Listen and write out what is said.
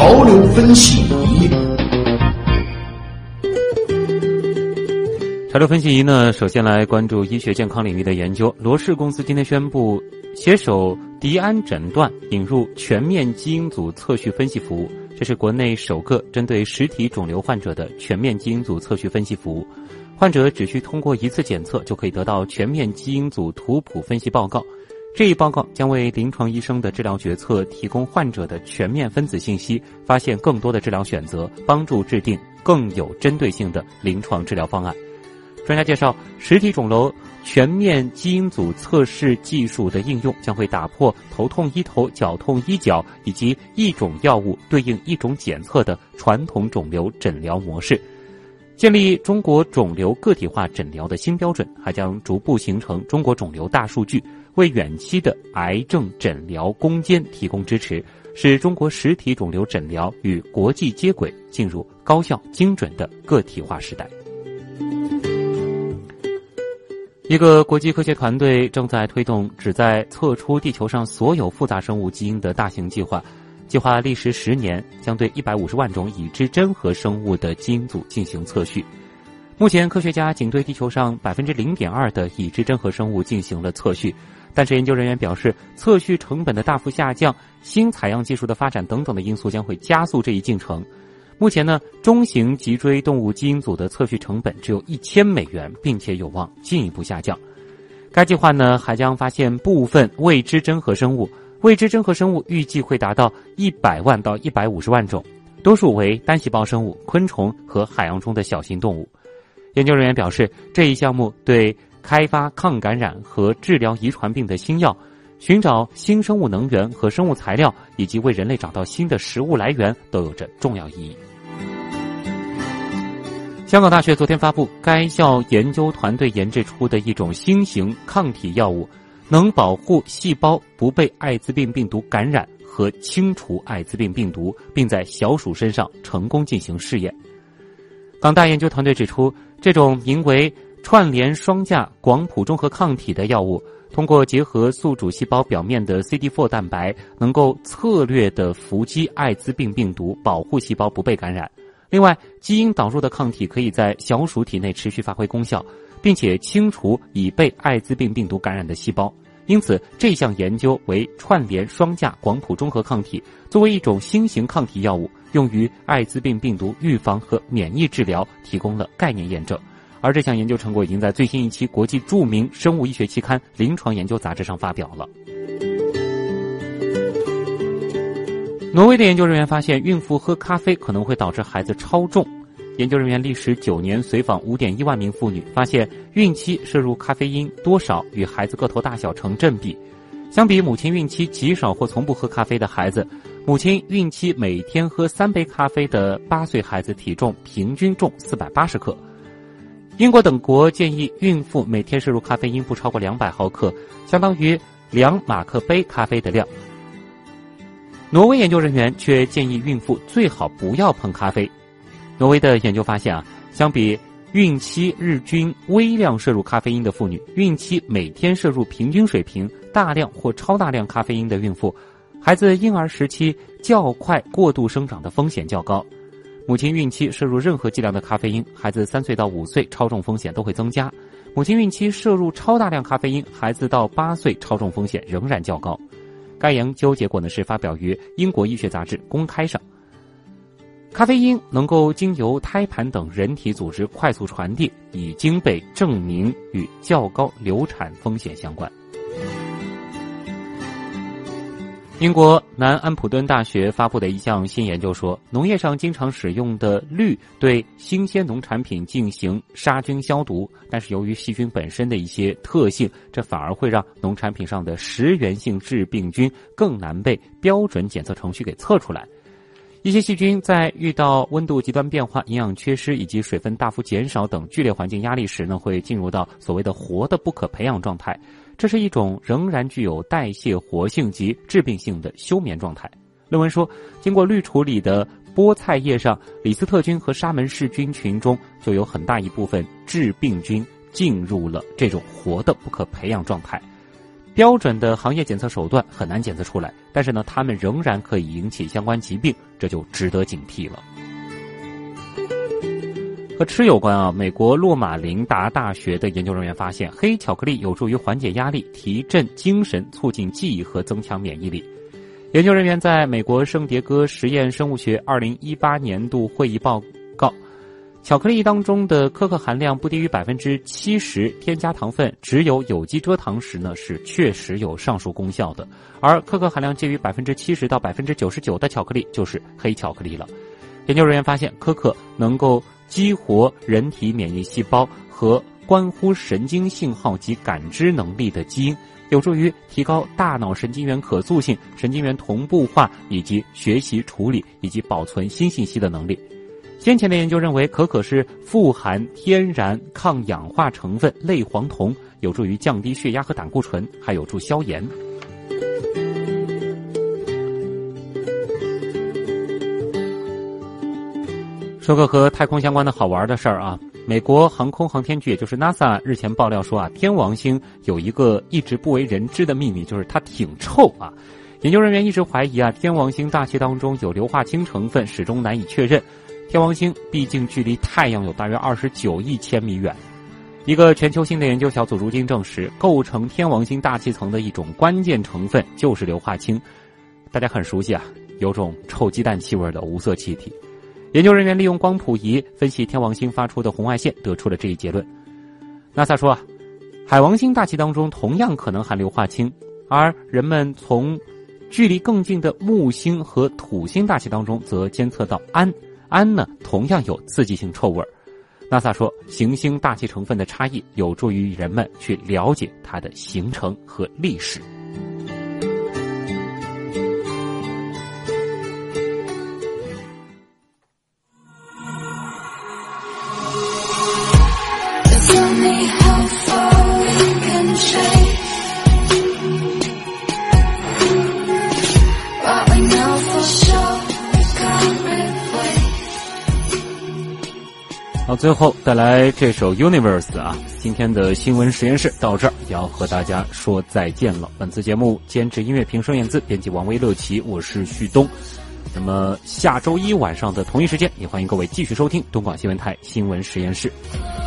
潮流分析仪。 潮流分析仪呢，首先来关注医学健康领域的研究。罗氏公司今天宣布携手迪安诊断引入全面基因组测序分析服务，这是国内首个针对实体肿瘤患者的全面基因组测序分析服务。患者只需通过一次检测就可以得到全面基因组图谱分析报告，这一报告将为临床医生的治疗决策提供患者的全面分子信息，发现更多的治疗选择，帮助制定更有针对性的临床治疗方案。专家介绍，实体肿瘤全面基因组测试技术的应用将会打破头痛医头、脚痛医脚以及一种药物对应一种检测的传统肿瘤诊疗模式，建立中国肿瘤个体化诊疗的新标准，还将逐步形成中国肿瘤大数据，为远期的癌症诊疗攻坚提供支持，使中国实体肿瘤诊疗与国际接轨，进入高效精准的个体化时代。一个国际科学团队正在推动旨在测出地球上所有复杂生物基因的大型计划，计划历时10年，将对150万种已知真核生物的基因组进行测序。目前科学家仅对地球上 0.2% 的已知真核生物进行了测序，但是研究人员表示，测序成本的大幅下降、新采样技术的发展等等的因素将会加速这一进程。目前呢，中型脊椎动物基因组的测序成本只有$1000，并且有望进一步下降。该计划呢，还将发现部分未知真核生物，未知真核生物预计会达到100万到150万种，多数为单细胞生物、昆虫和海洋中的小型动物。研究人员表示，这一项目对开发抗感染和治疗遗传病的新药、寻找新生物能源和生物材料，以及为人类找到新的食物来源都有着重要意义。香港大学昨天发布该校研究团队研制出的一种新型抗体药物，能保护细胞不被艾滋病病毒感染和清除艾滋病病毒，并在小鼠身上成功进行试验。港大研究团队指出，这种名为串联双价广谱中和抗体的药物，通过结合宿主细胞表面的 CD4 蛋白，能够策略地伏击艾滋病病毒，保护细胞不被感染。另外，基因导入的抗体可以在小鼠体内持续发挥功效，并且清除已被艾滋病病毒感染的细胞。因此，这项研究为串联双价广谱中和抗体，作为一种新型抗体药物，用于艾滋病病毒预防和免疫治疗提供了概念验证。而这项研究成果已经在最新一期国际著名生物医学期刊《临床研究》杂志上发表了。挪威的研究人员发现，孕妇喝咖啡可能会导致孩子超重。研究人员历时9年随访5.1万名妇女，发现孕期摄入咖啡因多少与孩子个头大小成正比。相比母亲孕期极少或从不喝咖啡的孩子，母亲孕期每天喝3杯咖啡的8岁孩子体重平均重480克。英国等国建议孕妇每天摄入咖啡因不超过200毫克，相当于2马克杯咖啡的量。挪威研究人员却建议孕妇最好不要碰咖啡。挪威的研究发现相比孕期日均微量摄入咖啡因的妇女，孕期每天摄入平均水平大量或超大量咖啡因的孕妇，孩子婴儿时期较快过度生长的风险较高。母亲孕期摄入任何剂量的咖啡因，孩子3岁到5岁超重风险都会增加。母亲孕期摄入超大量咖啡因，孩子到8岁超重风险仍然较高。该研究结果呢是发表于英国医学杂志公开上。咖啡因能够经由胎盘等人体组织快速传递，已经被证明与较高流产风险相关。英国南安普敦大学发布的一项新研究说，农业上经常使用的氯对新鲜农产品进行杀菌消毒，但是由于细菌本身的一些特性，这反而会让农产品上的食源性致病菌更难被标准检测程序给测出来。一些细菌在遇到温度极端变化、营养缺失以及水分大幅减少等剧烈环境压力时呢，会进入到所谓的活的不可培养状态。这是一种仍然具有代谢活性及致病性的休眠状态。论文说，经过氯处理的菠菜叶上，李斯特菌和沙门氏菌群中就有很大一部分致病菌进入了这种活的不可培养状态。 标准的行业检测手段很难检测出来，但是呢，它们仍然可以引起相关疾病，这就值得警惕了。和吃有关啊，美国洛马林达大学的研究人员发现，黑巧克力有助于缓解压力、提振精神、促进记忆和增强免疫力。研究人员在美国圣迭戈实验生物学2018年度会议报告，巧克力当中的可可含量不低于 70%， 添加糖分只有有机蔗糖时呢，是确实有上述功效的，而可可含量介于 70%到 99% 的巧克力就是黑巧克力了。研究人员发现，可可能够激活人体免疫细胞和关乎神经信号及感知能力的基因，有助于提高大脑神经元可塑性、神经元同步化以及学习处理以及保存新信息的能力。先前的研究认为，可可是富含天然抗氧化成分类黄酮，有助于降低血压和胆固醇，还有助消炎。说个和太空相关的好玩的事儿啊，美国航空航天局也就是 NASA 日前爆料说啊，天王星有一个一直不为人知的秘密，就是它挺臭啊。研究人员一直怀疑啊，天王星大气当中有硫化氢成分，始终难以确认。天王星毕竟距离太阳有大约29亿千米远。一个全球性的研究小组如今证实，构成天王星大气层的一种关键成分就是硫化氢。大家很熟悉啊，有种臭鸡蛋气味的无色气体。研究人员利用光谱仪分析天王星发出的红外线，得出了这一结论。NASA 说啊，海王星大气当中同样可能含硫化氢，而人们从距离更近的木星和土星大气当中则监测到氨呢同样有刺激性臭味。NASA 说，行星大气成分的差异有助于人们去了解它的形成和历史。好，最后带来这首 Universe 啊，今天的新闻实验室到这儿也要和大家说再见了。本次节目监制音乐评顺燕姿，编辑王威乐琪，我是旭东。那么下周一晚上的同一时间，也欢迎各位继续收听东广新闻台新闻实验室。